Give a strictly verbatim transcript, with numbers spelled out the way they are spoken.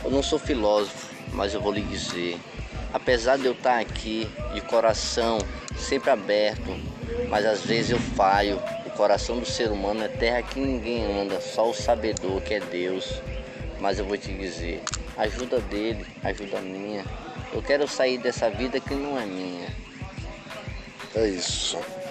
Eu não sou filósofo, mas eu vou lhe dizer. Apesar de eu estar aqui de coração sempre aberto, mas às vezes eu falho. O coração do ser humano é terra que ninguém anda, só o sabedor que é Deus. Mas eu vou te dizer, ajuda dele, ajuda minha. Eu quero sair dessa vida que não é minha. É isso.